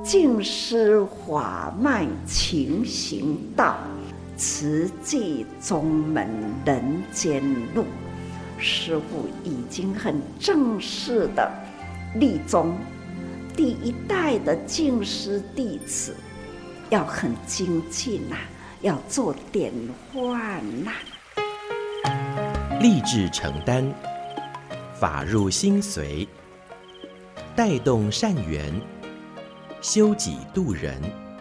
尽施法脉勤行道，慈济宗门人间路。师父已经很正式的立宗，第一代的净师弟子要很精进要做典范立志承担，法入心随，带动善缘，修己度人，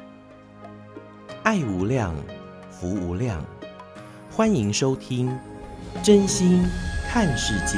爱无量，福无量。欢迎收听真心看世界。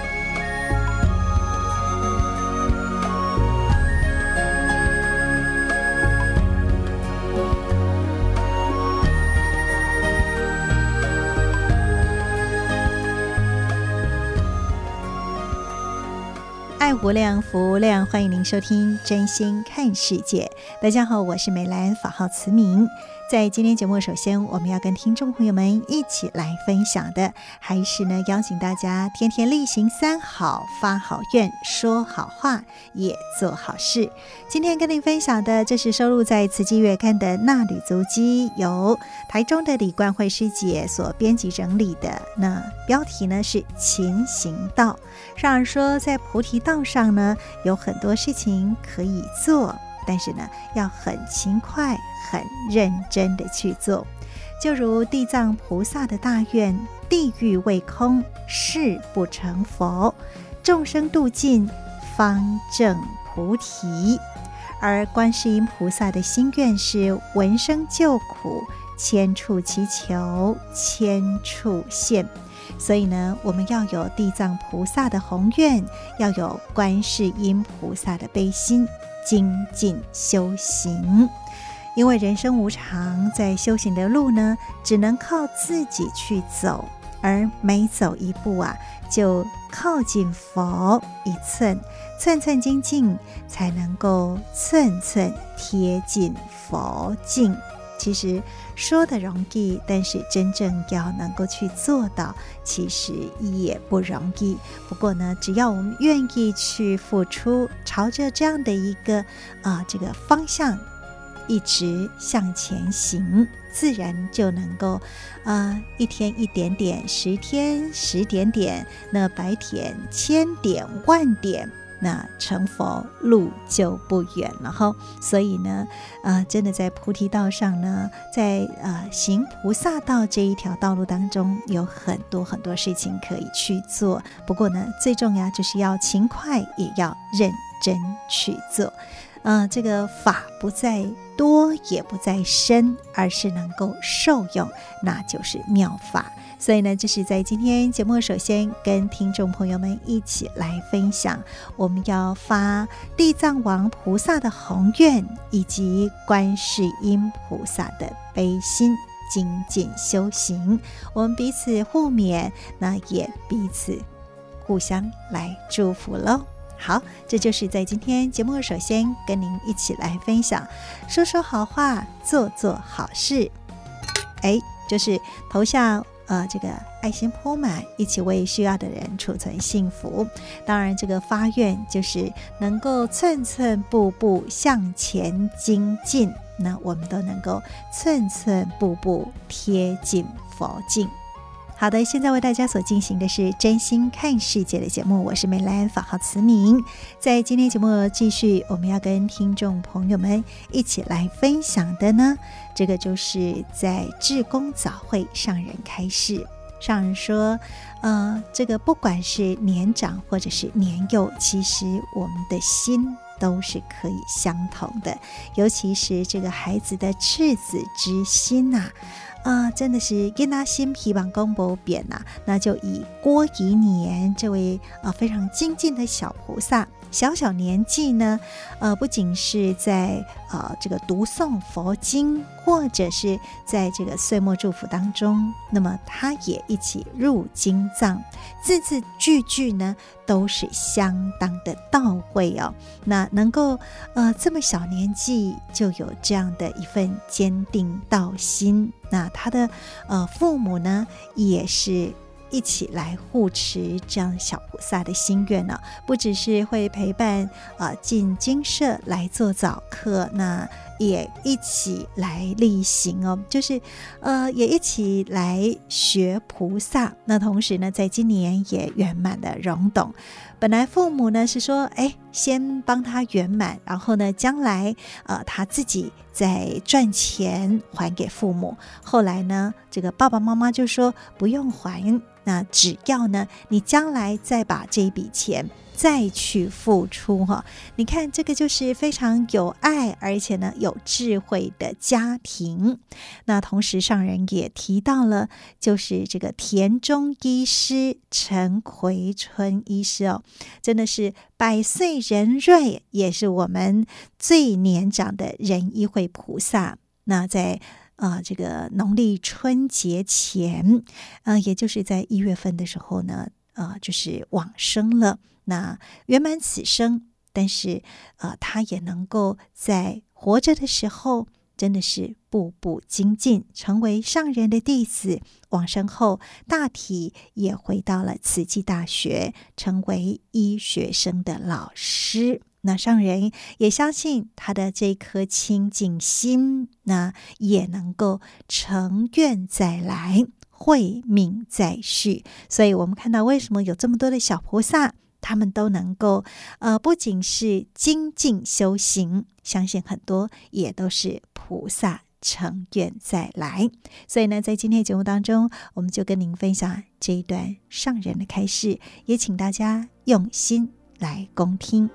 爱无量，福无量，欢迎您收听真心看世界。大家好，我是美兰，法号慈明。在今天节目，首先我们要跟听众朋友们一起来分享的，还是呢邀请大家天天力行三好，发好愿，说好话，也做好事。今天跟您分享的，这是收录在慈济月刊的纳履足迹，由台中的李冠慧师姐所编辑整理的。那标题呢是勤行道。上人说，在菩提道上呢，有很多事情可以做，但是呢，要很勤快、很认真的去做。就如地藏菩萨的大愿：地狱未空，誓不成佛；众生度尽，方证菩提。而观世音菩萨的心愿是：闻声救苦，千处祈求，千处现。所以呢，我们要有地藏菩萨的宏愿，要有观世音菩萨的悲心，精进修行。因为人生无常，在修行的路呢，只能靠自己去走，而每走一步就靠近佛一寸，寸寸精进，才能够寸寸贴近佛境。其实说的容易，但是真正要能够去做到，其实也不容易。不过呢，只要我们愿意去付出，朝着这样的一个这个方向一直向前行，自然就能够一天一点点，10天10点点，那100点1000点10000点，那成佛路就不远了哈。所以呢真的在菩提道上呢，在行菩萨道这一条道路当中，有很多很多事情可以去做。不过呢，最重要就是要勤快，也要认真去做。这个法不在多，也不在深，而是能够受用，那就是妙法。所以呢，这是在今天节目首先跟听众朋友们一起来分享，我们要发地藏王菩萨的宏愿，以及观世音菩萨的悲心，精进修行。我们彼此互勉，那也彼此互相来祝福咯。好，这就是在今天节目首先跟您一起来分享，说说好话，做做好事。就是投下这个爱心铺满，一起为需要的人储存幸福。当然这个发愿就是能够寸寸步步向前精进，那我们都能够寸寸步步贴近佛境。好的，现在为大家所进行的是真心看世界的节目，我是美兰，法号慈明。在今天节目继续，我们要跟听众朋友们一起来分享的呢，这个就是在志工早会上人开示。上人说这个不管是年长或者是年幼，其实我们的心都是可以相同的，尤其是这个孩子的赤子之心真的是囡仔心希望公不变那就以郭宜年这位非常精进的小菩萨，小年纪呢不仅是在这个读诵佛经，或者是在这个岁末祝福当中，那么他也一起入经藏，字字句句呢都是相当的到位那能够这么小年纪就有这样的一份坚定道心，那他的父母呢也是一起来护持这样小菩萨的心愿呢，不只是会陪伴进精舍来做早课，那也一起来力行哦，就是也一起来学菩萨。那同时呢，在今年也圆满的融懂。本来父母呢是说，先帮他圆满，然后呢，将来他自己再赚钱还给父母。后来呢，这个爸爸妈妈就说不用还，那只要呢，你将来再把这一笔钱再去付出哈。你看，这个就是非常有爱，而且呢有智慧的家庭。那同时上人也提到了，就是这个田中医师陈奎春医师哦，真的是百岁人瑞，也是我们最年长的仁医会菩萨。那在这个农历春节前，也就是在1月份的时候呢，就是往生了。那圆满此生，但是他也能够在活着的时候，真的是步步精进，成为上人的弟子。往生后，大体也回到了慈济大学，成为医学生的老师。那上人也相信他的这颗清净心，那也能够成愿再来，慧命再续。所以我们看到为什么有这么多的小菩萨，他们都能够不仅是精进修行，相信很多也都是菩萨成愿再来。所以呢，在今天节目当中，我们就跟您分享这一段上人的开示，也请大家用心来恭听。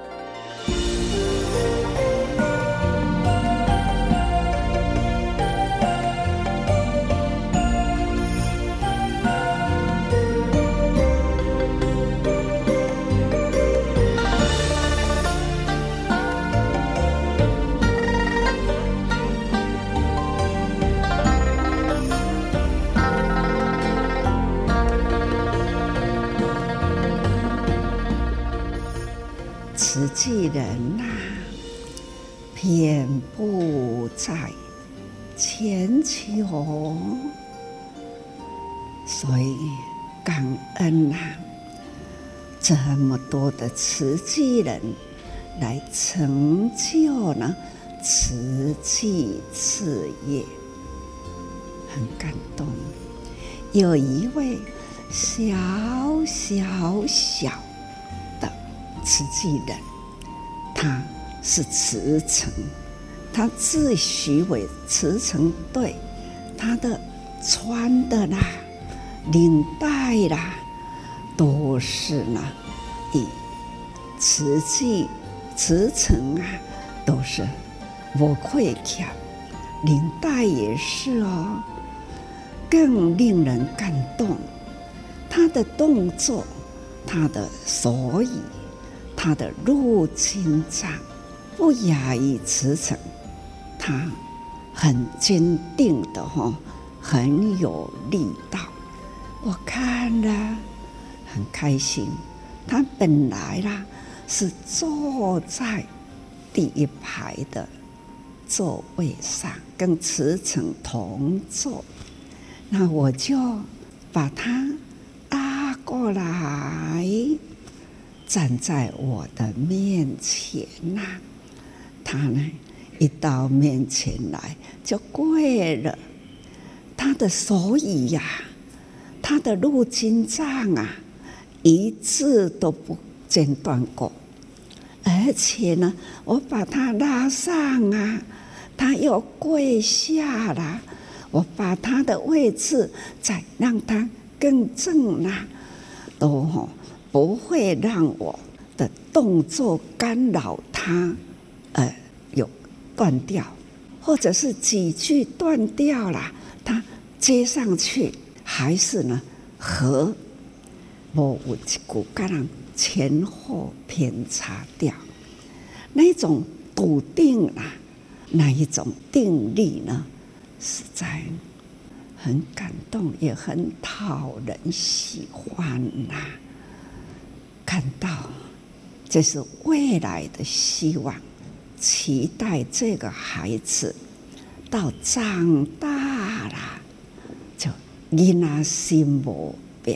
慈济人遍布在全球，所以感恩这么多的慈济人来成就呢慈济事业，很感动。有一位小的慈济人，他是慈诚，他自诩为慈诚队，他的穿的啦、领带啦，都是呢以慈济慈诚都是无愧欠，领带也是哦。更令人感动，他的动作，他的手语，他的入经藏不亚于慈诚，他很坚定的很有力道，我看了很开心。他本来是坐在第一排的座位上，跟慈诚同坐，那我就把他拉过来，站在我的面前他呢一到面前来就跪了，他的手语他的入经藏一字都不间断过，而且呢我把他拉上他又跪下了，我把他的位置再让他更正都不会让我的动作干扰他有断掉，或者是几句断掉了，他接上去还是呢和没有一句跟人前后偏差掉，那种笃定那一种定力呢，实在很感动，也很讨人喜欢看到这是未来的希望，期待这个孩子到长大了就囡仔心无变，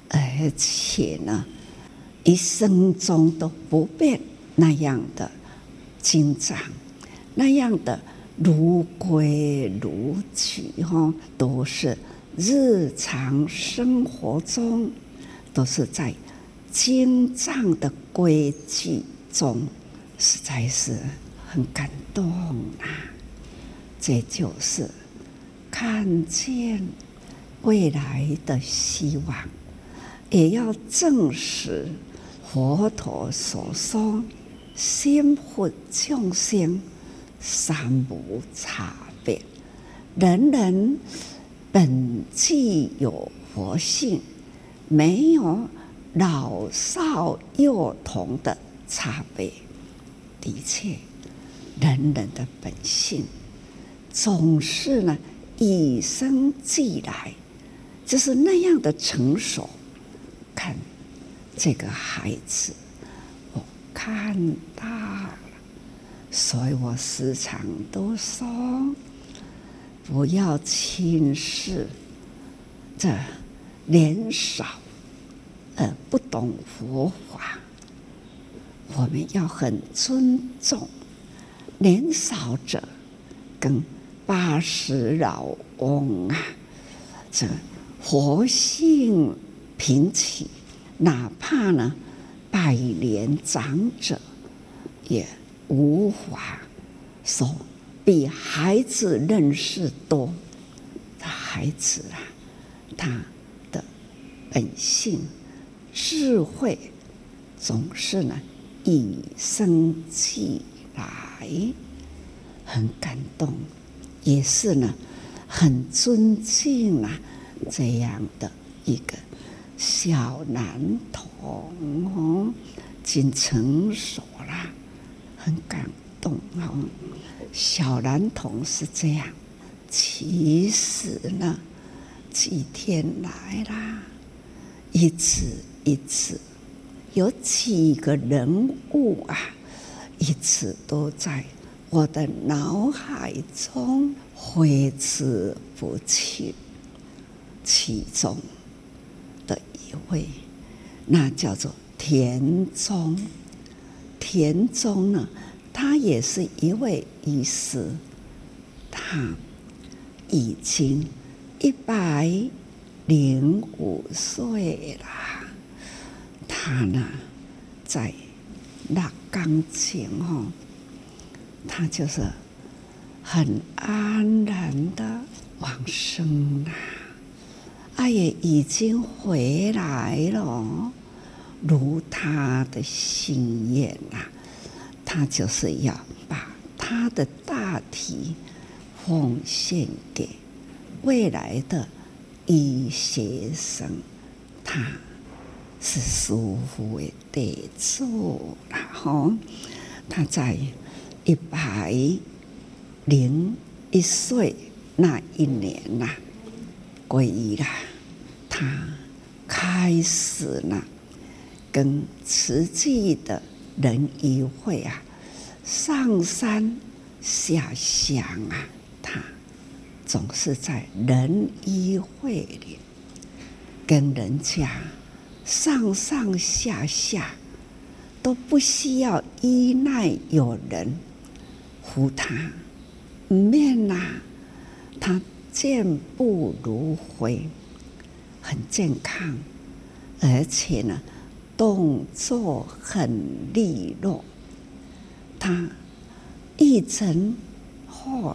而且呢，一生中都不变那样的精湛，那样的如规如矩都是日常生活中，都是在精湛的规矩中，实在是很感动啊！这就是看见未来的希望，也要证实佛陀所说心佛众生三无差别，人人本具有佛性，没有老少幼童的差别。的确，人人的本性总是呢与生俱来，就是那样的成熟。看这个孩子，我看大了，所以我时常都说，不要轻视这年少不懂佛法。我们要很尊重年少者跟80老翁啊，这活性平起，哪怕呢100年长者也无法说比孩子认识多。孩子啊，他的本性智慧总是呢与生俱来，很感动，也是呢很尊敬啊这样的一个小男童经成熟啦，很感动小男童是这样，其实呢几天来啦，一次一次有几个人物啊，一直都在我的脑海中挥之不去。其中的一位，那叫做田宗。田宗呢，他也是一位医师，他已经105岁啦。他呢，在那钢琴他就是很安然的往生啦，也已经回来了，如他的心愿他就是要把他的大体奉献给未来的医学生，他是师父的弟子啦他在101岁那一年皈依啦，他开始跟慈济的仁医会上山下乡他总是在仁医会里跟人家上上下下都不需要依赖有人扶他，免他健步如飞，很健康，而且呢动作很利落。他一诊后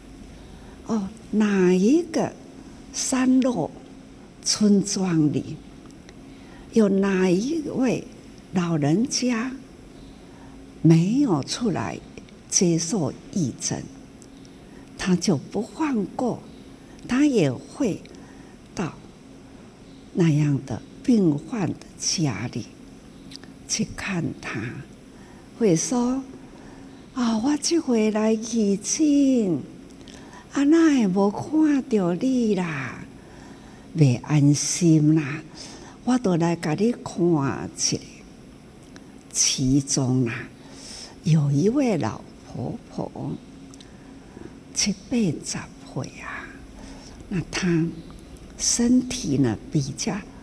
哪一个山落村庄里有哪一位老人家没有出来接受义诊，他就不放过，他也会到那样的病患的家里去看他，会说我这回来义诊哪会无看到你啦，袂安心啦，我都来给你看一下。其中有一位老婆婆70、80岁那她身体呢比较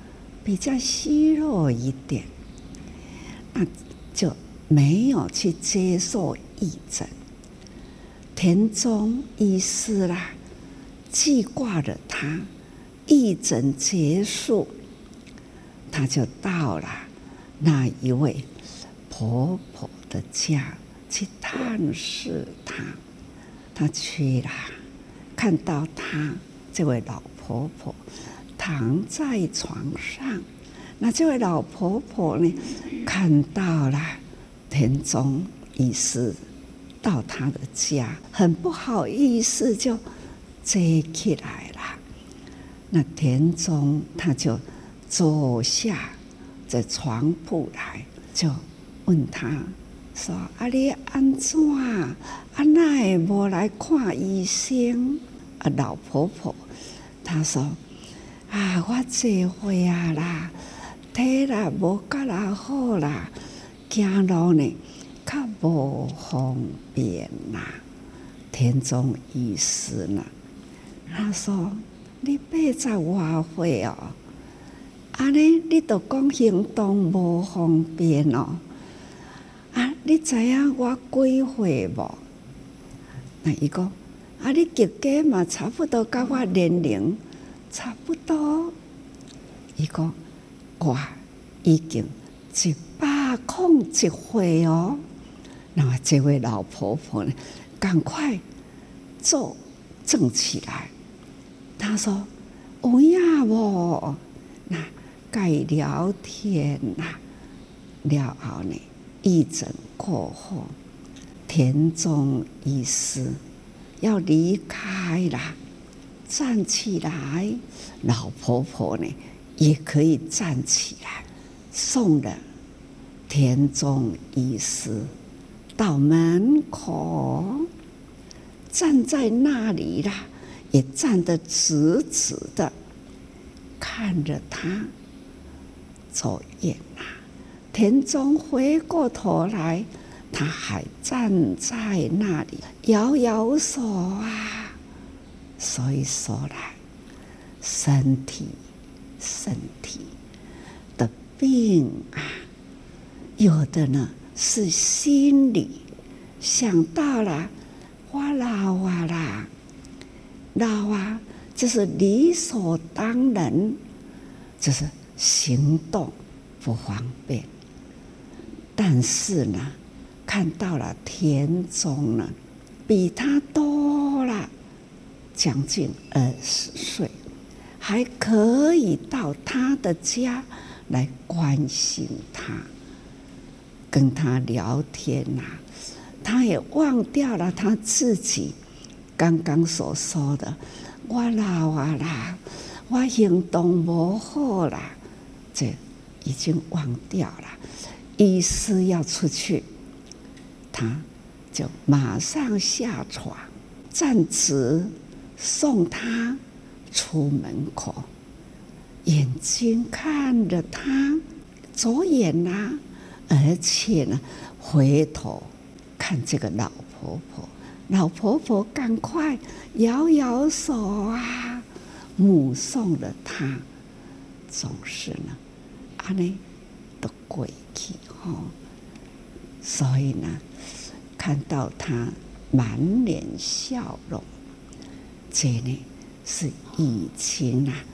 比较虚弱一点，那就没有去接受义诊。田中医师啦，记挂了他，义诊结束，他就到了那一位婆婆的家去探视她。他去了，看到她这位老婆婆躺在床上，那这位老婆婆呢，看到了田中医师到他的家，很不好意思就坐起来了。那田中他就坐下在床铺来，就问他说：“啊，你安怎？啊，哪会无来看医生？”啊，老婆婆她说：“啊，我这岁啊啦，体力无甲啦好啦，走路呢较无方便啦。”田中医师呢，他说：“你80外岁哦，安尼你都讲行动无方便哦。啊，你知影我几岁无？”那伊讲：“啊，你结果嘛差不多甲我年龄差不多。”伊讲：“我已经101岁哦。”那么这位老婆婆呢，赶快坐正起来。她说：“有影无？”那该聊天啦，了后呢，义诊过后，田中医师要离开啦，站起来，老婆婆呢也可以站起来，送了田中医师到门口，站在那里啦，也站得直直的，看着他走远了。田中回过头来，他还站在那里摇摇手啊。所以说来，身体的病啊，有的呢是心里想到了，我老啊啦，老啊，就是理所当然，就是行动不方便。但是呢，看到了田中呢，比他多了将近20岁，还可以到他的家来关心他，跟他聊天呐。他也忘掉了他自己刚刚所说的，我老啊啦，我行动不好啦，这已经忘掉了。医师要出去，他就马上下床，站直送他出门口，眼睛看着他走远啦，而且呢回头看这个老婆婆，老婆婆赶快摇摇手啊，目送了他，总是呢安尼都过去吼。所以呢，看到他满脸笑容，这呢是已经啊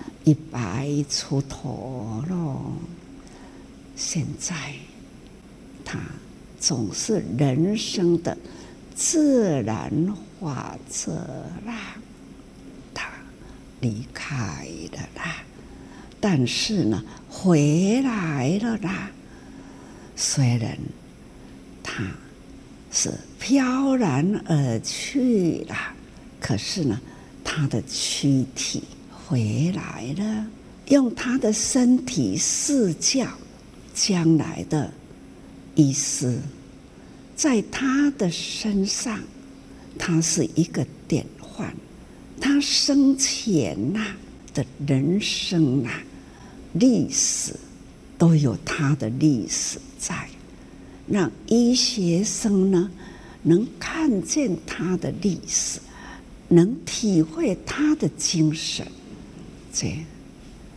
100出头了。现在他总是人生的自然法则啦，他离开了啦，但是呢回来了啦。虽然他是飘然而去了，可是呢他的躯体回来了，用他的身体示教将来的医师，在他的身上，他是一个典范。他生前的人生历史都有他的历史在，让医学生呢能看见他的历史，能体会他的精神，这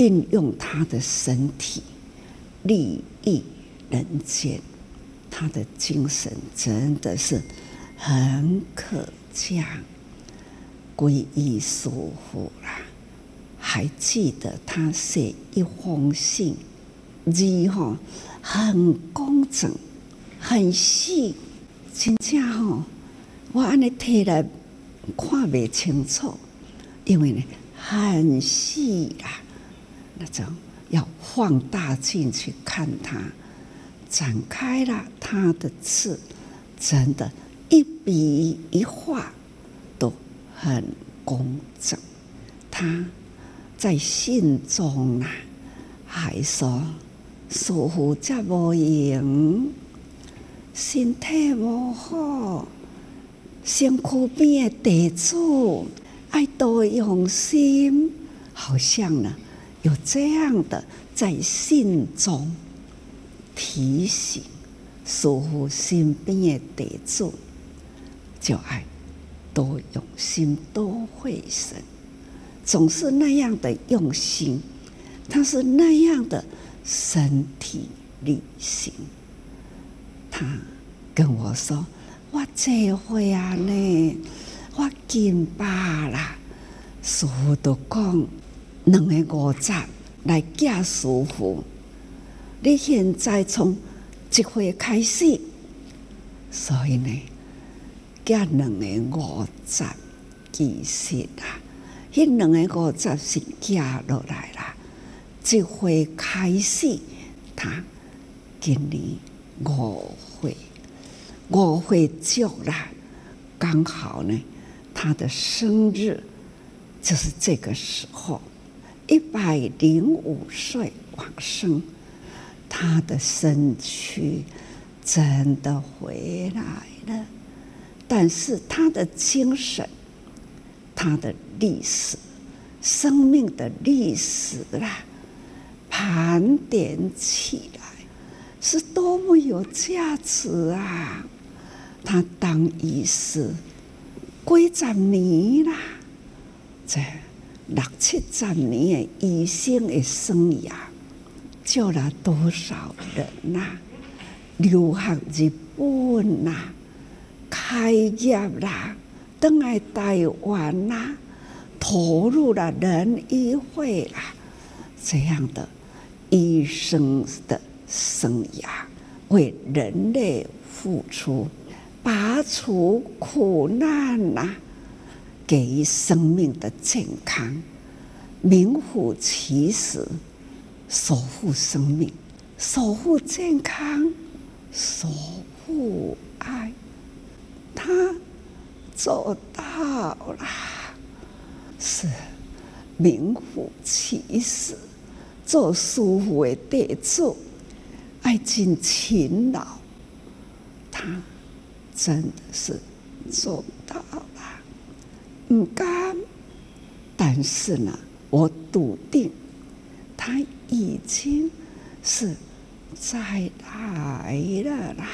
运用他的身体利益人间，他的精神真的是很可嘉，皈依师父啦。还记得他写一封信，字很工整，很细，真正我安尼睇来看不清楚，因为呢很细啦，那种要放大镜去看它，展开了他的字，真的，一笔一画都很工整。他在信中啊，还说师父这无用，身体无好，身躯边的地主爱多用心，好像呢有这样的在信中提醒师父身边的地主，就爱多用心，多会神。总是那样的用心，他是那样的身体力行。他跟我说：“我这回啊呢，我金巴啦，师父都讲2个50来嫁师父。你现在从1岁开始，所以呢，嫁2个50，其实啊。”迄2个50是嫁落来啦，1岁开始，他今年5岁足啦，刚好呢，他的生日就是这个时候，105岁往生，他的身躯真的回来了，但是他的精神，他的历史，生命的历史啦，盘点起来是多么有价值啊！他当医师几十年啦，这60、70年的医生的生涯，救了多少人呐？留学日本啦，开业啦，回来台湾啦。投入了人医会啦，这样的医生的生涯，为人类付出，拔除苦难呐，给予生命的健康，名副其实，守护生命，守护健康，守护爱，他做到了。是名副其实，做师父的弟子，爱尽勤劳，他真的是做到了。不甘，但是呢，我笃定，他已经是再来了啦。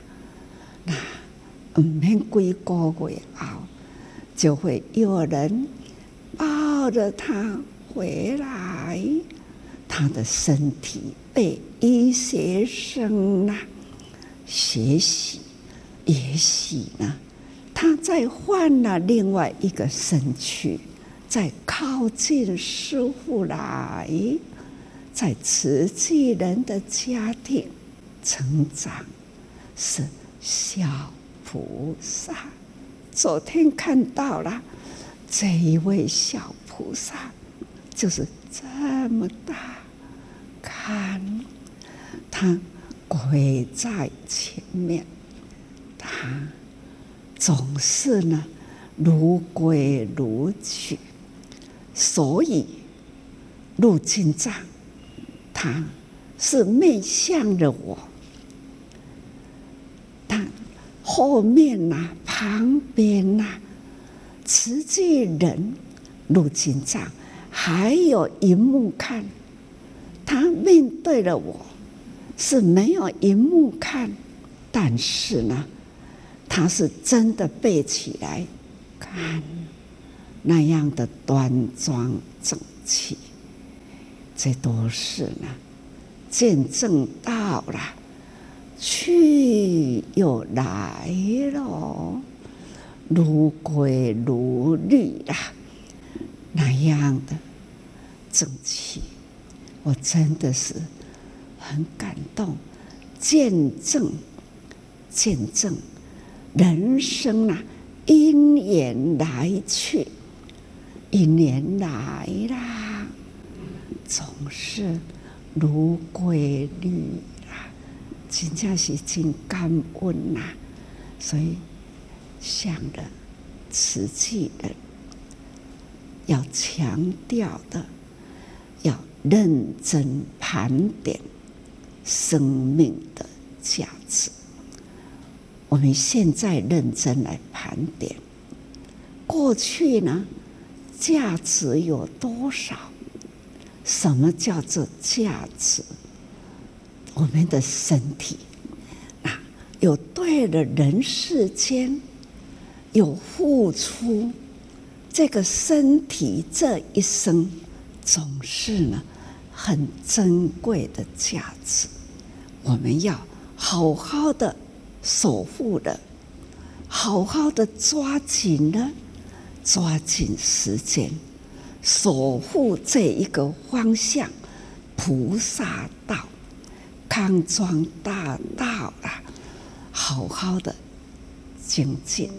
那免几个月后，就会有人抱着他回来，他的身体被医学生学习，也许呢，他再换了另外一个身躯，再靠近师父来，在慈济人的家庭成长，是小菩萨。昨天看到了这一位小菩萨，就是这么大，看他跪在前面，他总是呢如跪如鞠，所以入经藏他是面向着我，他后面旁边慈济人入经藏还有荧幕看，他面对了我是没有荧幕看，但是呢，他是真的背起来看，那样的端庄整齐， 这都是呢见证到了去又来了，如归如旅啦，那样的正气，我真的是很感动。见证人生啊，因缘来去，因缘来啦，总是如归旅啦，真正是真感恩啦。所以想着慈济人要强调的，要认真盘点生命的价值。我们现在认真来盘点，过去呢，价值有多少？什么叫做价值？我们的身体啊，有对了人世间，有付出，这个身体这一生总是呢很珍贵的价值，我们要好好的守护的，好好的抓紧了，抓紧时间，守护这一个方向，菩萨道、康庄大道啦，好好的精进。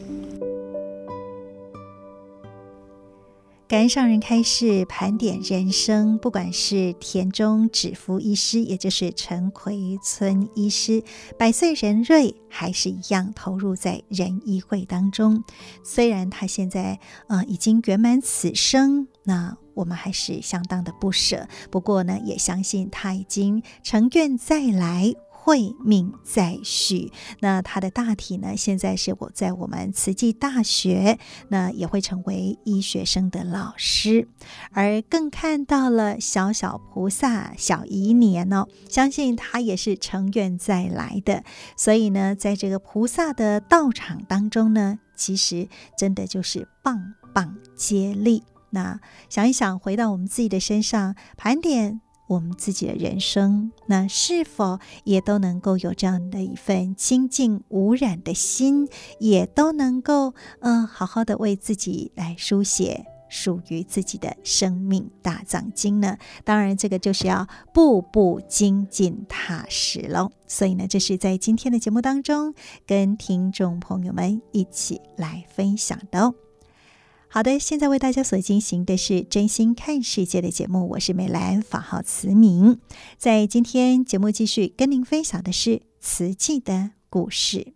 感恩上人开示盘点人生，不管是田中指夫医师，也就是陈奎村医师，100岁人瑞还是一样投入在仁医会当中。虽然他现在已经圆满此生，那我们还是相当的不舍。不过呢，也相信他已经成愿再来，慧命再续。那他的大体呢，现在是在我们慈济大学，那也会成为医学生的老师，而更看到了小小菩萨小姨年哦，相信他也是成愿再来的。所以呢，在这个菩萨的道场当中呢，其实真的就是棒棒接力。那想一想，回到我们自己的身上，盘点我们自己的人生，那是否也都能够有这样的一份清净无染的心，也都能够好好的为自己来书写属于自己的生命大藏经呢？当然这个就是要步步精进踏实咯。所以呢，这是在今天的节目当中跟听众朋友们一起来分享的哦。好的，现在为大家所进行的是真心看世界的节目，我是美兰，法号慈明。在今天节目继续跟您分享的是慈济的故事。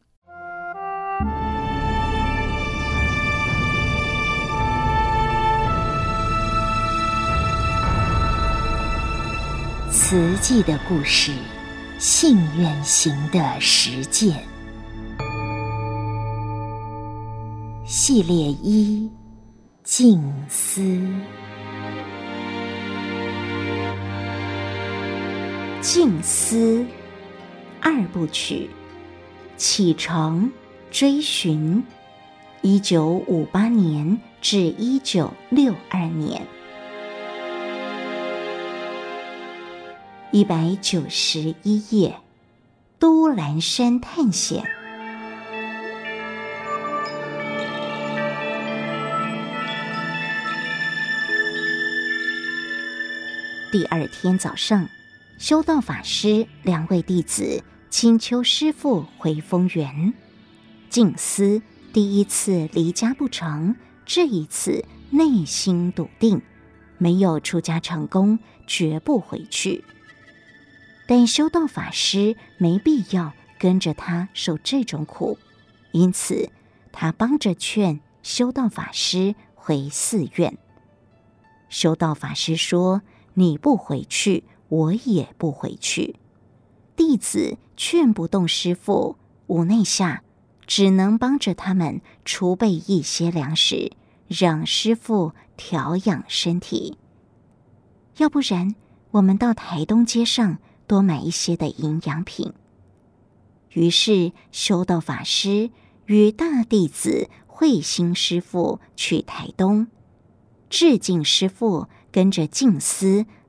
慈济的故事，信愿行的实践系列1，静思。静思2部曲，启程追寻，1958年至1962年，191页，都兰山探险。第2天早上，修道法师2位弟子清秋师父回丰原。静思第一次离家不成，这一次内心笃定，没有出家成功，绝不回去。但修道法师没必要跟着他受这种苦，因此他帮着劝修道法师回寺院。修道法师说：“你不回去，我也不回去。”弟子劝不动师父，无奈下只能帮着他们储备一些粮食，让师父调养身体。要不然，我们到台东街上多买一些的营养品。于是修道法师与大弟子慧心师父去台东，智敬师父跟着静思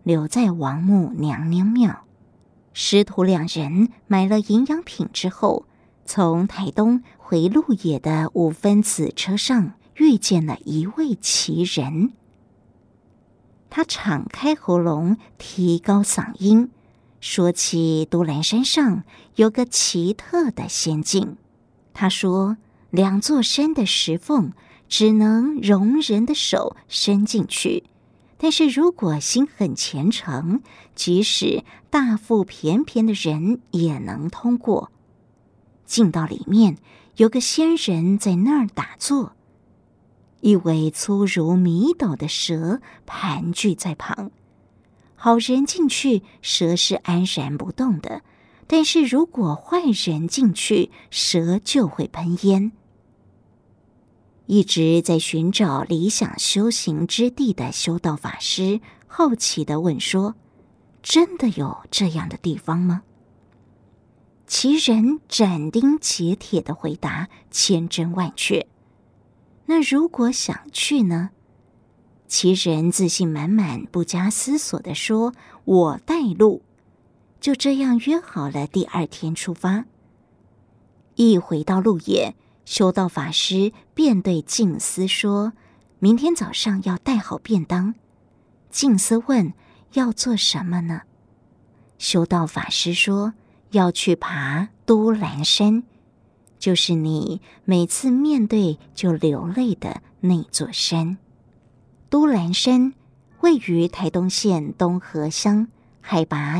留在王母娘娘庙。师徒两人买了营养品之后，从台东回鹿野的5分子车上遇见了一位奇人。他敞开喉咙，提高嗓音，说起都兰山上有个奇特的仙境。他说，2座山的石缝只能容人的手伸进去，但是如果心很虔诚，即使大腹便便的人也能通过。进到里面，有个仙人在那儿打坐，一尾粗如米斗的蛇盘踞在旁。好人进去，蛇是安然不动的，但是如果坏人进去，蛇就会喷烟。一直在寻找理想修行之地的修道法师好奇地问说，真的有这样的地方吗？其人斩钉截铁地回答，千真万确。那如果想去呢？其人自信满满，不加思索地说，我带路。就这样约好了第2天出发。一回到鹿野，修道法师便对静思说，明天早上要带好便当。静思问，要做什么呢？修道法师说，要去爬都兰山，就是你每次面对就流泪的那座山。都兰山位于台东县东河乡，海拔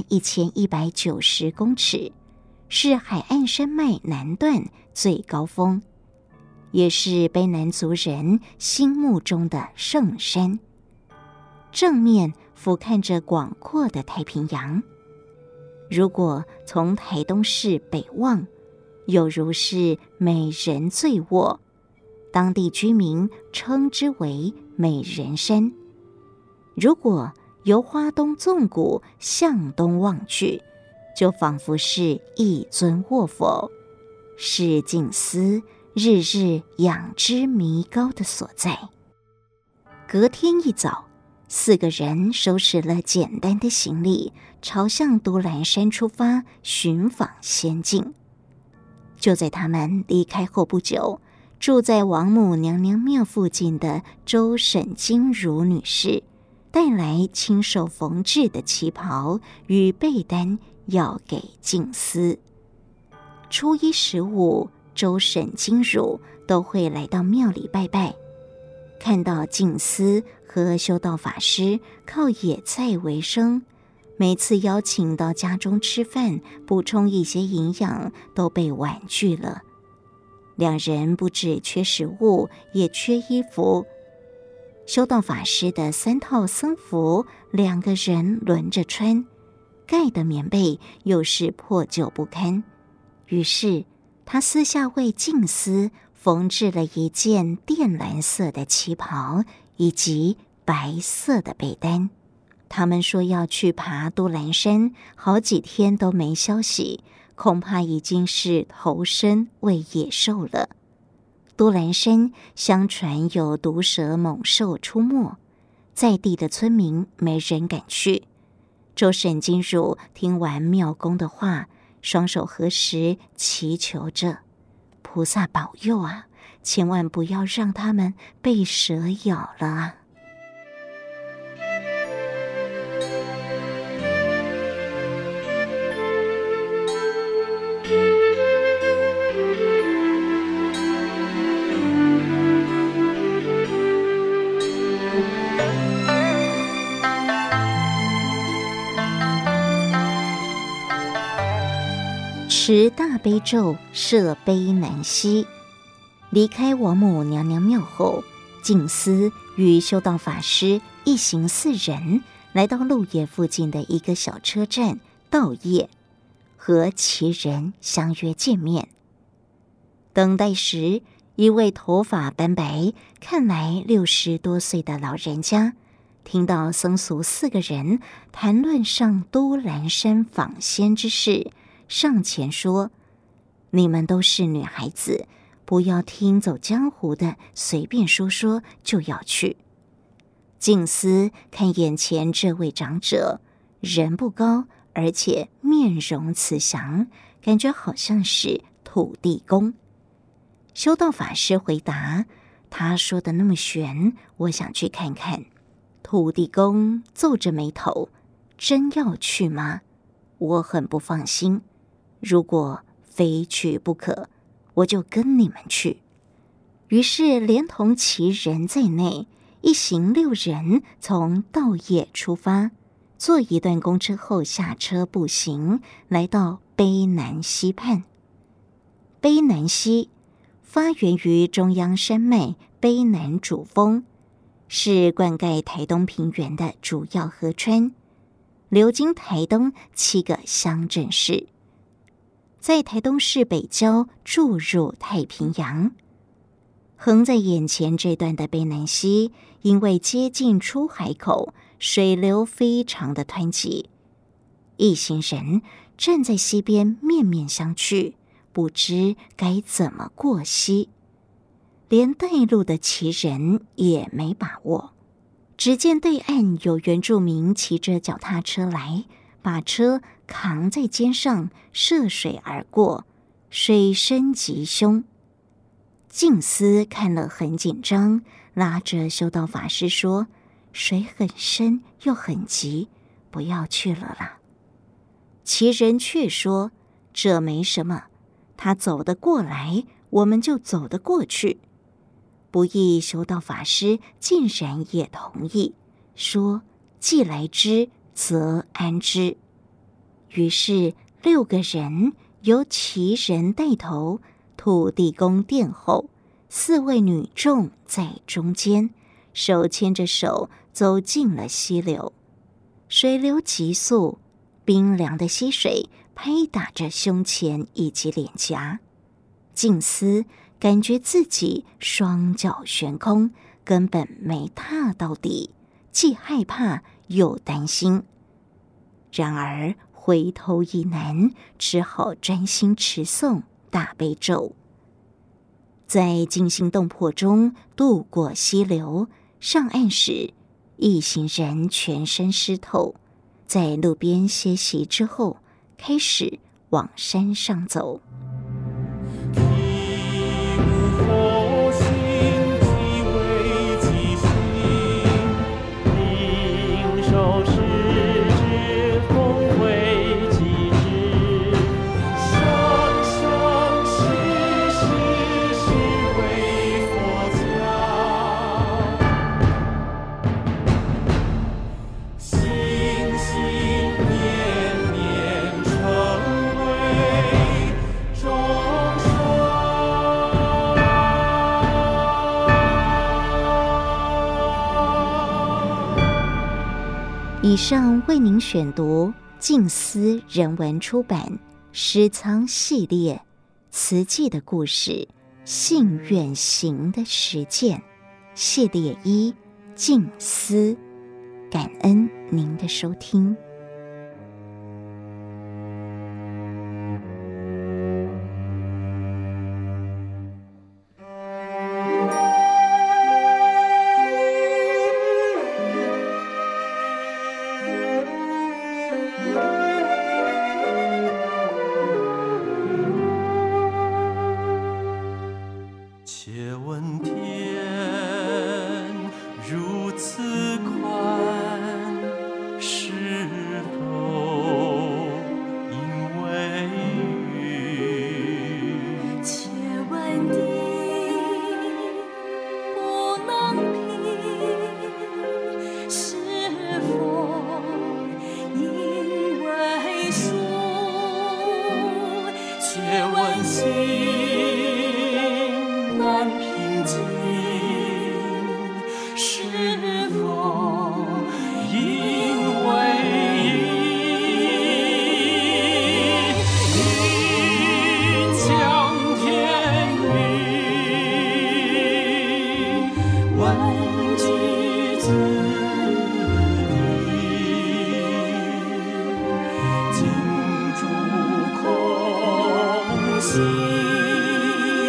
1190公尺，是海岸山脉南段最高峰，也是卑南族人心目中的圣山。正面俯瞰着广阔的太平洋，如果从台东市北望，有如是美人醉卧，当地居民称之为美人山。如果由花东纵谷向东望去，就仿佛是一尊卧佛，是静思日日仰之弥高的所在。隔天一早，4个人收拾了简单的行李，朝向都兰山出发，寻访仙境。就在他们离开后不久，住在王母娘娘庙附近的周沈金如女士带来亲手缝制的旗袍与被单，要给静思。初一十五，周沈金如都会来到庙里拜拜，看到静思和修道法师靠野菜为生，每次邀请到家中吃饭，补充一些营养，都被婉拒了。两人不只缺食物，也缺衣服。修道法师的3套僧服，2个人轮着穿，盖的棉被又是破旧不堪。于是他私下为静思缝制了一件靛蓝色的旗袍以及白色的被单。他们说要去爬都兰山，好几天都没消息，恐怕已经是投身为野兽了。都兰山相传有毒蛇猛兽出没，在地的村民没人敢去。周沈金如听完庙公的话，双手合十祈求着，菩萨保佑啊，千万不要让他们被蛇咬了啊。持大悲咒，摄悲南西。离开王母娘娘庙后，静思与修道法师一行4人来到鹿野附近的一个小车站道业，和其人相约见面。等待时，一位头发斑白、看来60多岁的老人家，听到僧俗4个人谈论上都兰山访仙之事，上前说：“你们都是女孩子，不要听走江湖的随便说说就要去。” 静思看眼前这位长者，人不高，而且面容慈祥，感觉好像是土地公。修道法师回答，他说的那么玄，我想去看看。土地公皱着眉头，真要去吗？我很不放心，如果非去不可，我就跟你们去。于是连同其人在内，一行6人从道业出发，坐一段公车后下车步行，来到卑南溪畔。卑南溪发源于中央山脉卑南主峰，是灌溉台东平原的主要河川，流经台东7个乡镇市，在台东市北郊注入太平洋。横在眼前这段的卑南溪，因为接近出海口，水流非常的湍急。一行人站在溪边面面相觑，不知该怎么过溪，连带路的骑人也没把握。只见对岸有原住民骑着脚踏车来，把车扛在肩上，涉水而过，水深极凶。静思看了很紧张，拉着修道法师说，水很深又很急，不要去了啦。其人却说，这没什么，他走得过来，我们就走得过去。不意修道法师竟然也同意，说既来之则安之。于是6个人由其人带头，土地公殿后，4位女众在中间，手牵着手走进了溪流。水流急速，冰凉的溪水拍打着胸前以及脸颊。静思感觉自己双脚悬空，根本没踏到底，既害怕又担心。然而回头已难，只好专心持诵大悲咒。在惊心动魄中渡过溪流，上岸时，一行人全身湿透，在路边歇息之后，开始往山上走。以上为您选读静思人文出版诗仓系列慈济的故事信愿行的实践系列1静思，感恩您的收听。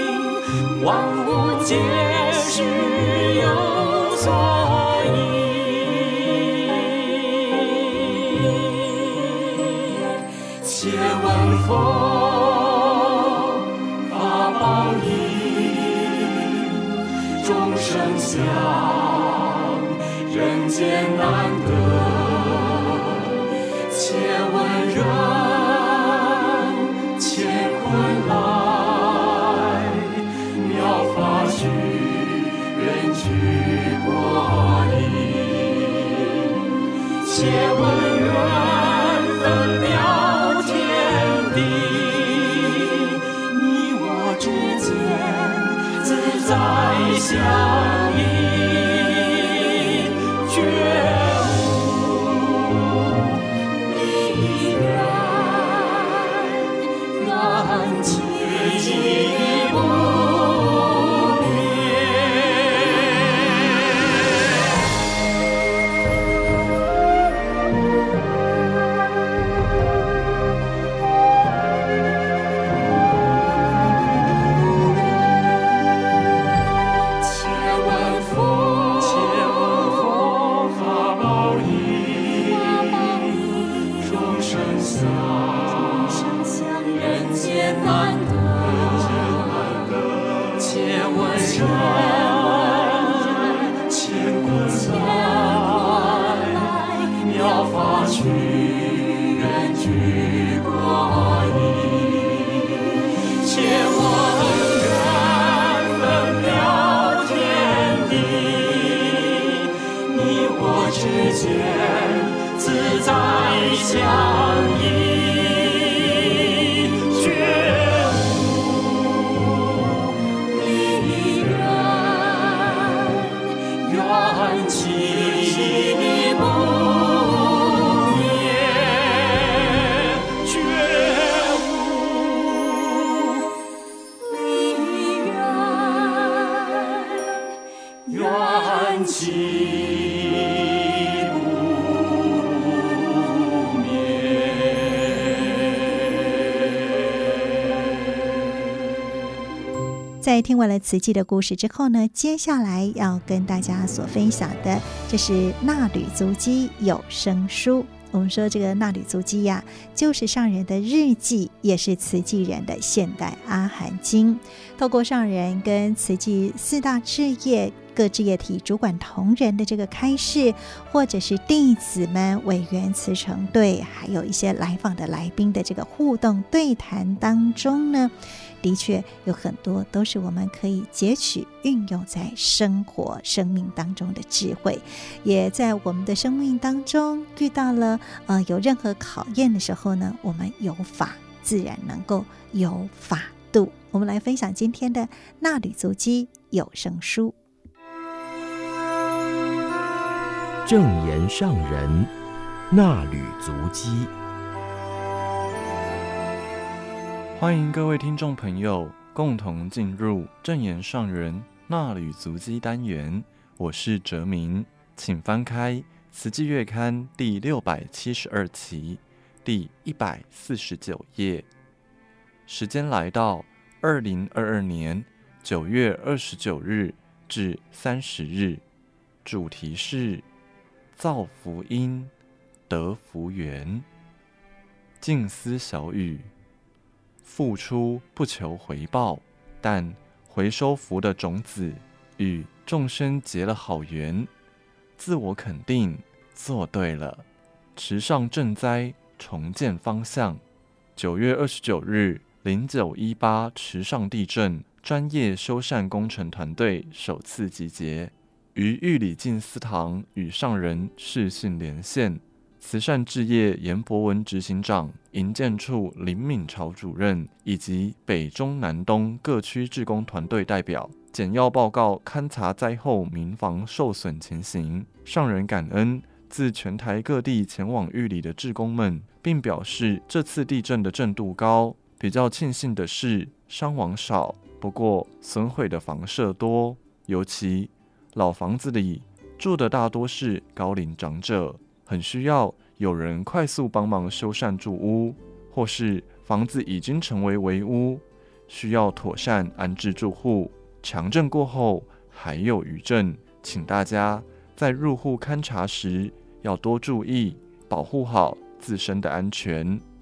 万物皆是有所依。 佛法宝音，众生相人间难得，且闻人乾坤来，妙法具人具国音，且闻人分了天地，你我之间自在相依，觉悟离缘，缘起不灭。自在相依，觉悟离缘，缘起不灭，觉悟离缘，缘起。 在听完了慈济的故事之后呢，接下来要跟大家所分享的，这是衲履足迹有声书。我们说这个衲履足迹呀，就是上人的日记，也是慈济人的现代阿含经。透过上人跟慈济四大志业各志业体主管同仁的这个开示，或者是弟子们委员慈诚队，还有一些来访的来宾的这个互动对谈当中呢，的确有很多都是我们可以截取运用在生活生命当中的智慧，也在我们的生命当中遇到了有任何考验的时候呢，我们有法自然能够有法度。我们来分享今天的衲履足迹有声书。 正言上人衲履足迹。 欢迎各位听众朋友共同进入正言上人衲履足迹单元，我是哲明，请翻开《慈济月刊》第672期第149页。时间来到2022年9月29日至30日，主题是造福因，得福缘。静思小语：付出不求回报，但回收福的种子，与众生结了好缘。自我肯定，做对了，持上正栽，重建方向。9月29日0918池上地震专业修缮工程团队首次集结，于玉里静思堂与上人视讯连线。慈善志业严博文执行长、营建处林敏朝主任以及北中南东各区志工团队代表简要报告勘察灾后民房受损情形。上人感恩自全台各地前往玉里的志工们，并表示这次地震的震度高，比较庆幸的是伤亡少，不过损毁的房舍多，尤其老房子里住的大多是高龄长者，很需要有人快速帮忙修缮住屋，或是房子已经成为危屋，需要妥善安置住户。强震过后还有余震，请大家在入户勘察时要多注意，保护好自身的安全。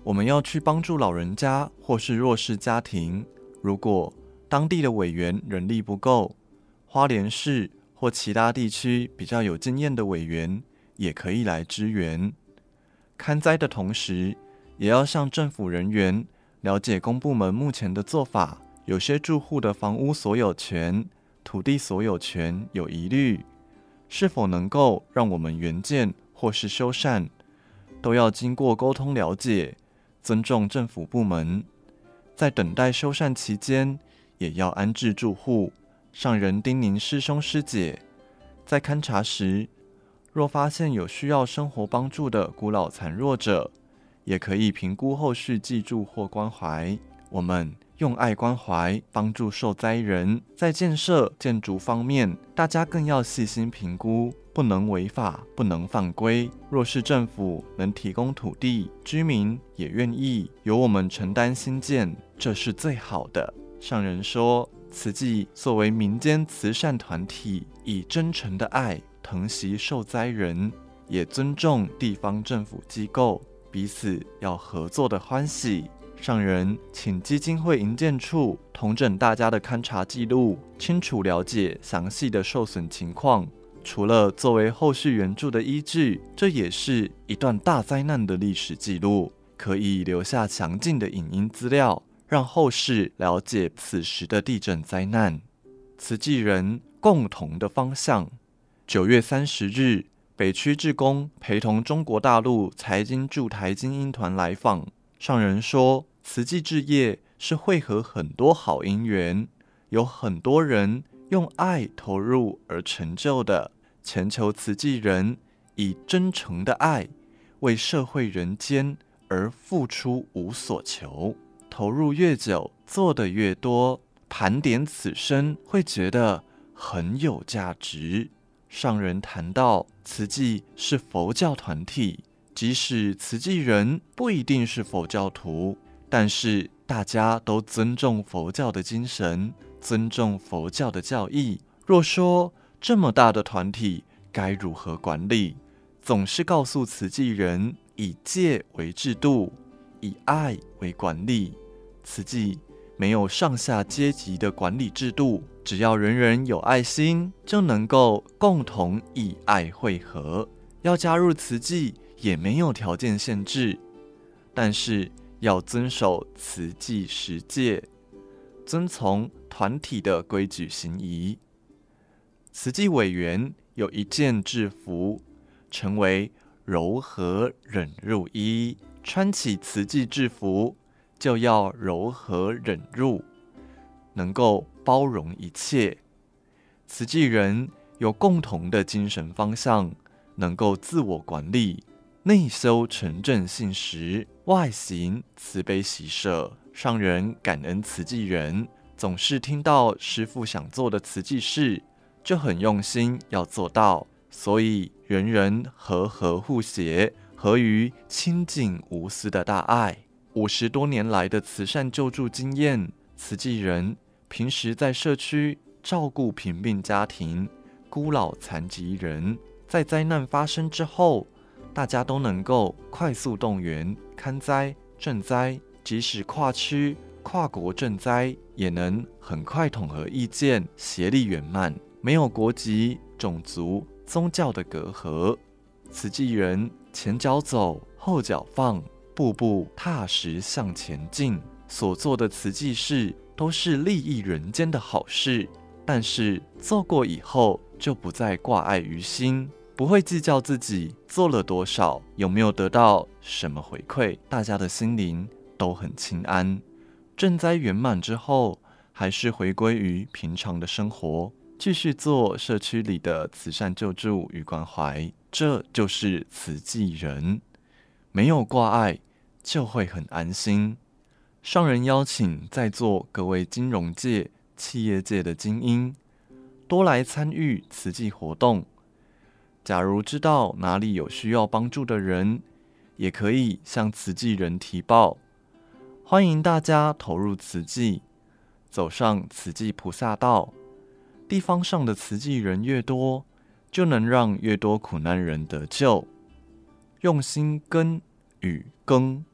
我们要去帮助老人家或是弱势家庭，如果当地的委员人力不够，花莲市或其他地区比较有经验的委员也可以来支援。勘灾的同时，也要向政府人员了解公部门目前的做法，有些住户的房屋所有权、土地所有权有疑虑，是否能够让我们原建或是修缮，都要经过沟通了解，尊重政府部门。在等待修缮期间，也要安置住户。上人叮咛师兄师姐，在勘察时，若发现有需要生活帮助的孤老残弱者，也可以评估后续济助或关怀。我们用爱关怀帮助受灾人。在建设建筑方面，大家更要细心评估，不能违法，不能犯规。若是政府能提供土地，居民也愿意由我们承担兴建，这是最好的。上人说，慈济作为民间慈善团体，以真诚的爱疼惜受灾人，也尊重地方政府机构，彼此要合作的欢喜。上人请基金会营建处统整大家的勘察记录，清楚了解详细的受损情况。除了作为后续援助的依据，这也是一段大灾难的历史记录，可以留下详尽的影音资料，让后世了解此时的地震灾难。慈济人共同的方向。9月30日，北区志工陪同中国大陆财经驻台精英团来访。上人说，慈济志业是汇合很多好因缘，有很多人用爱投入而成就的。全球慈济人以真诚的爱为社会人间而付出无所求，投入越久，做得越多，盘点此生会觉得很有价值。上人谈到，慈济是佛教团体，即使慈济人不一定是佛教徒，但是大家都尊重佛教的精神，尊重佛教的教义。若说这么大的团体该如何管理，总是告诉慈济人，以戒为制度，以爱为管理。慈济没有上下阶级的管理制度，只要人人有爱心，就能够共同以爱汇合。要加入慈济也没有条件限制，但是要遵守慈济十戒，遵从团体的规矩行仪。慈济委员有一件制服，成为柔和忍辱衣，穿起慈济制服就要柔和忍辱，能够包容一切。慈济人有共同的精神方向，能够自我管理，内修纯正信实，外行慈悲喜舍。上人感恩慈济人，总是听到师父想做的慈济事，就很用心要做到，所以人人和和互协，合于清净无私的大爱。50多年来的慈善救助经验，慈济人平时在社区照顾贫病家庭、孤老残疾人，在灾难发生之后，大家都能够快速动员勘灾、赈灾，即使跨区、跨国赈灾，也能很快统合意见，协力圆满，没有国籍、种族、宗教的隔阂。慈济人前脚走，后脚放，步步踏实向前进，所做的慈济事都是利益人间的好事，但是做过以后就不再挂碍于心，不会计较自己做了多少，有没有得到什么回馈，大家的心灵都很清安。赈灾圆满之后，还是回归于平常的生活，继续做社区里的慈善救助与关怀，这就是慈济人。没有挂碍，就会很安心。上人邀请在座各位金融界、企业界的精英，多来参与慈济活动。假如知道哪里有需要帮助的人，也可以向慈济人提报。欢迎大家投入慈济，走上慈济菩萨道。地方上的慈济人越多，就能让越多苦难人得救。用心耕与耕，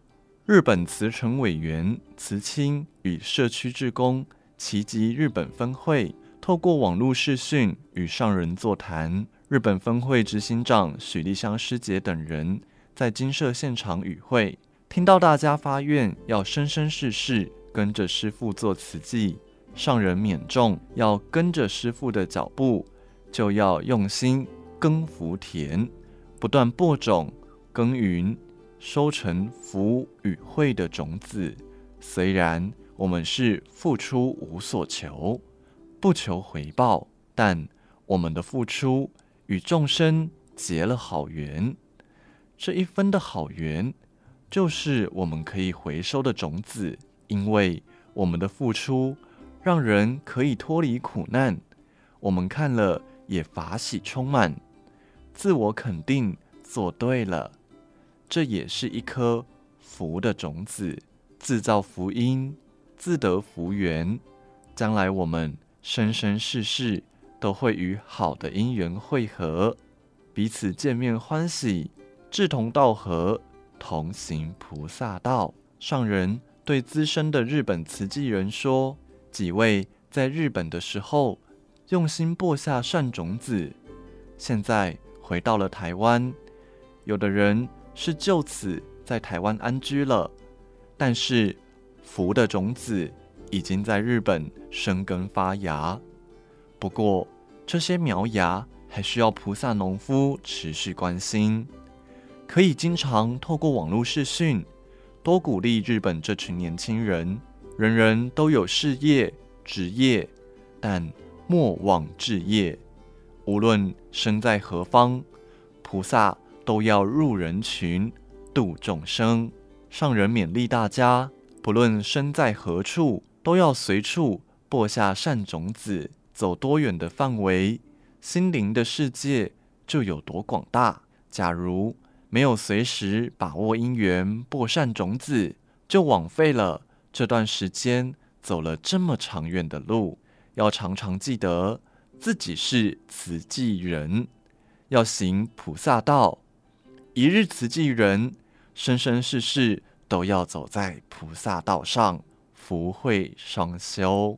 日本慈诚委员、慈青与社区志工齐集日本分会，透过网络视讯与上人座谈。日本分会执行长许立香师姐等人在精舍现场与会，听到大家发愿要生生世世跟着师父做慈济，上人勉重要跟着师父的脚步，就要用心耕福田，不断播种耕耘，收成福与慧的种子。虽然我们是付出无所求，不求回报，但我们的付出与众生结了好缘，这一分的好缘就是我们可以回收的种子，因为我们的付出让人可以脱离苦难，我们看了也法喜充满，自我肯定做对了，这也是一颗福的种子，自造福因，自得福缘，将来我们生生世世都会与好的因缘汇合，彼此见面欢喜，志同道合，同行菩萨道。上人对资深的日本慈济人说，几位在日本的时候用心播下善种子，现在回到了台湾，有的人是就此在台湾安居了，但是福的种子已经在日本生根发芽。不过这些苗芽还需要菩萨农夫持续关心，可以经常透过网络视讯，多鼓励日本这群年轻人。人人都有事业职业，但莫忘志业，无论身在何方，菩萨都要入人群度众生。上人勉励大家，不论身在何处，都要随处播下善种子，走多远的范围，心灵的世界就有多广大。假如没有随时把握因缘播善种子，就枉费了这段时间走了这么长远的路。要常常记得自己是慈济人，要行菩萨道，一日慈济人，生生世世都要走在菩萨道上，福慧双修。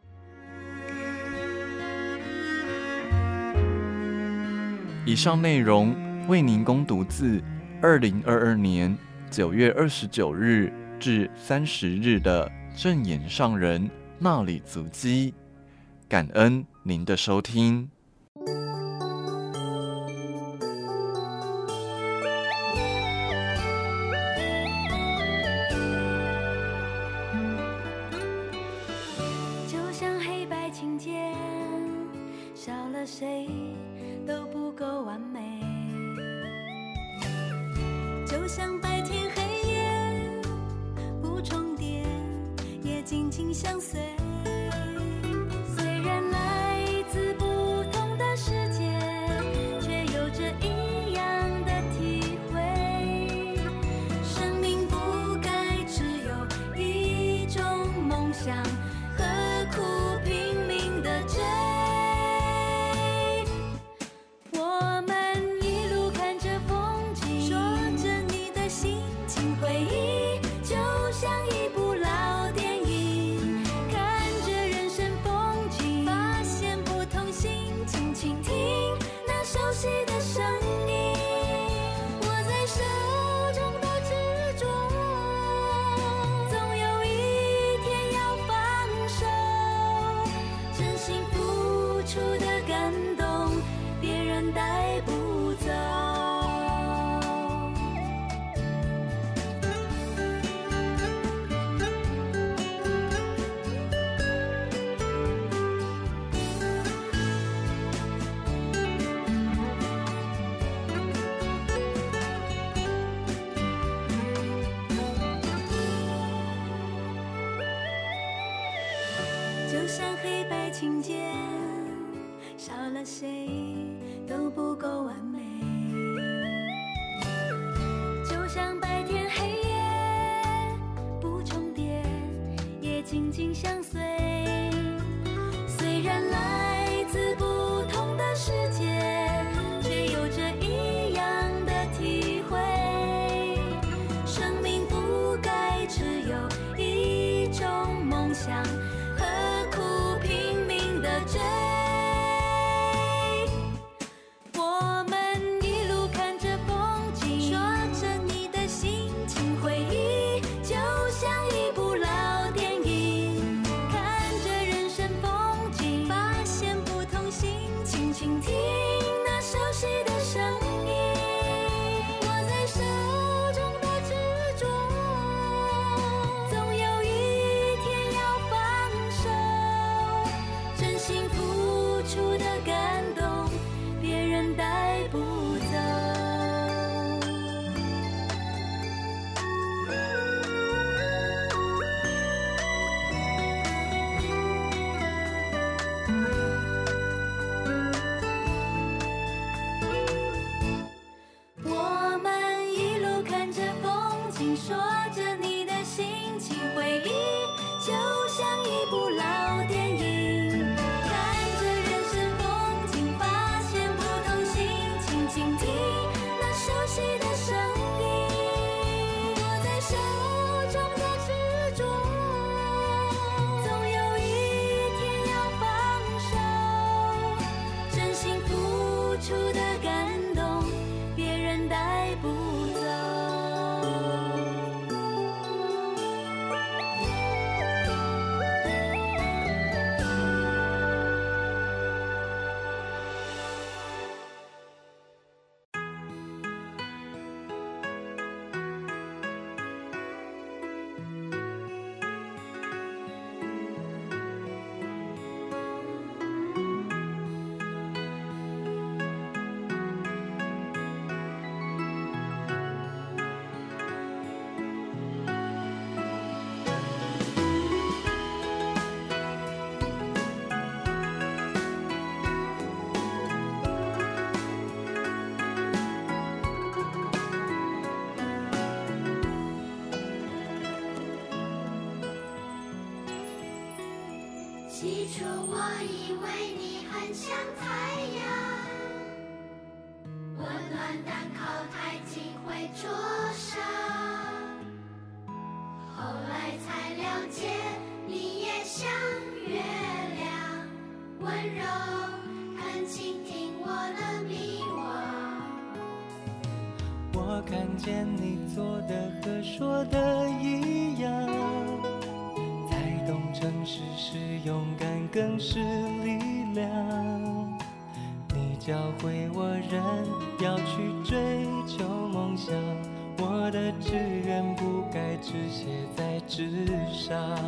以上内容为您恭读自2022年9月29日至30日的正言上人那里足迹，感恩您的收听。 就像黑白琴键，少了谁都不够完美，就像白天黑夜不重叠，也紧紧相随。虽然来自不同的世界，却有着一样的体会。生命不该只有一种梦想，何苦拼命地追？我们一路看着风景，说着你的心情，回忆就像一部老电影，看着人生风景，发现不同心情，倾听那熟悉的声音，握在手中的执着，总有一天要放手，真心付出的感动，别人带不走。就像黑白琴键，少了谁都不够完美，就像白天黑夜不重叠，也紧紧相随。虽然来自不同的世界，却有着一样的体会。生命不该心付出的感动，别人带不走。我们一路看着风景，说着你的心情，回忆就像一部老电影，看着人生风景，发现不同心情，倾听那熟悉的声音，握在手中的执着，总有一天要放手，真心付出的感动，别人带不走。 起初我以为你很像太阳，温暖但靠太近会灼伤。后来才了解，你也像月亮，温柔肯倾听我的迷惘。 我看见你做的和说的一样，才懂诚实是勇敢，更是力量。你教会我人要去追求梦想，我的志愿不该只写在纸上。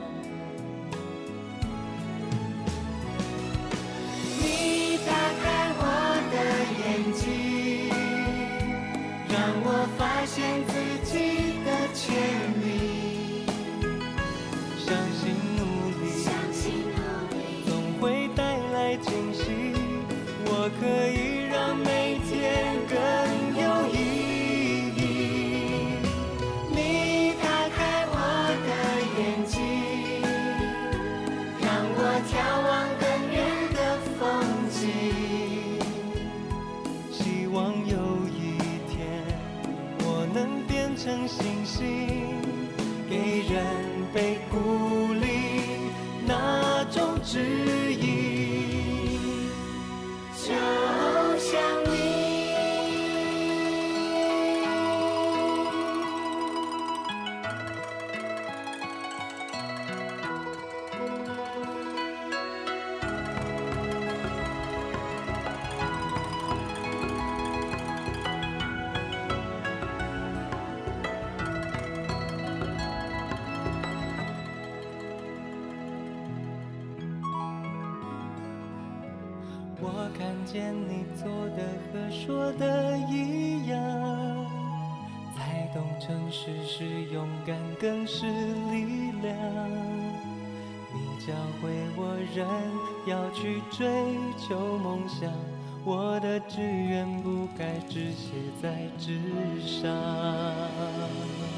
你打开我的眼睛，让我发现自己的潜力，相信努力总会带来惊喜，我可以让每天更有意义。你打开我的眼睛，让我眺望更远的风景，希望有一天我能变成星星，给人被鼓励那种指引，就像你。我看见你做的和说的一样，才懂诚实是勇敢，更是力量。你教会我人要去追求梦想，我的志愿不该只写在纸上。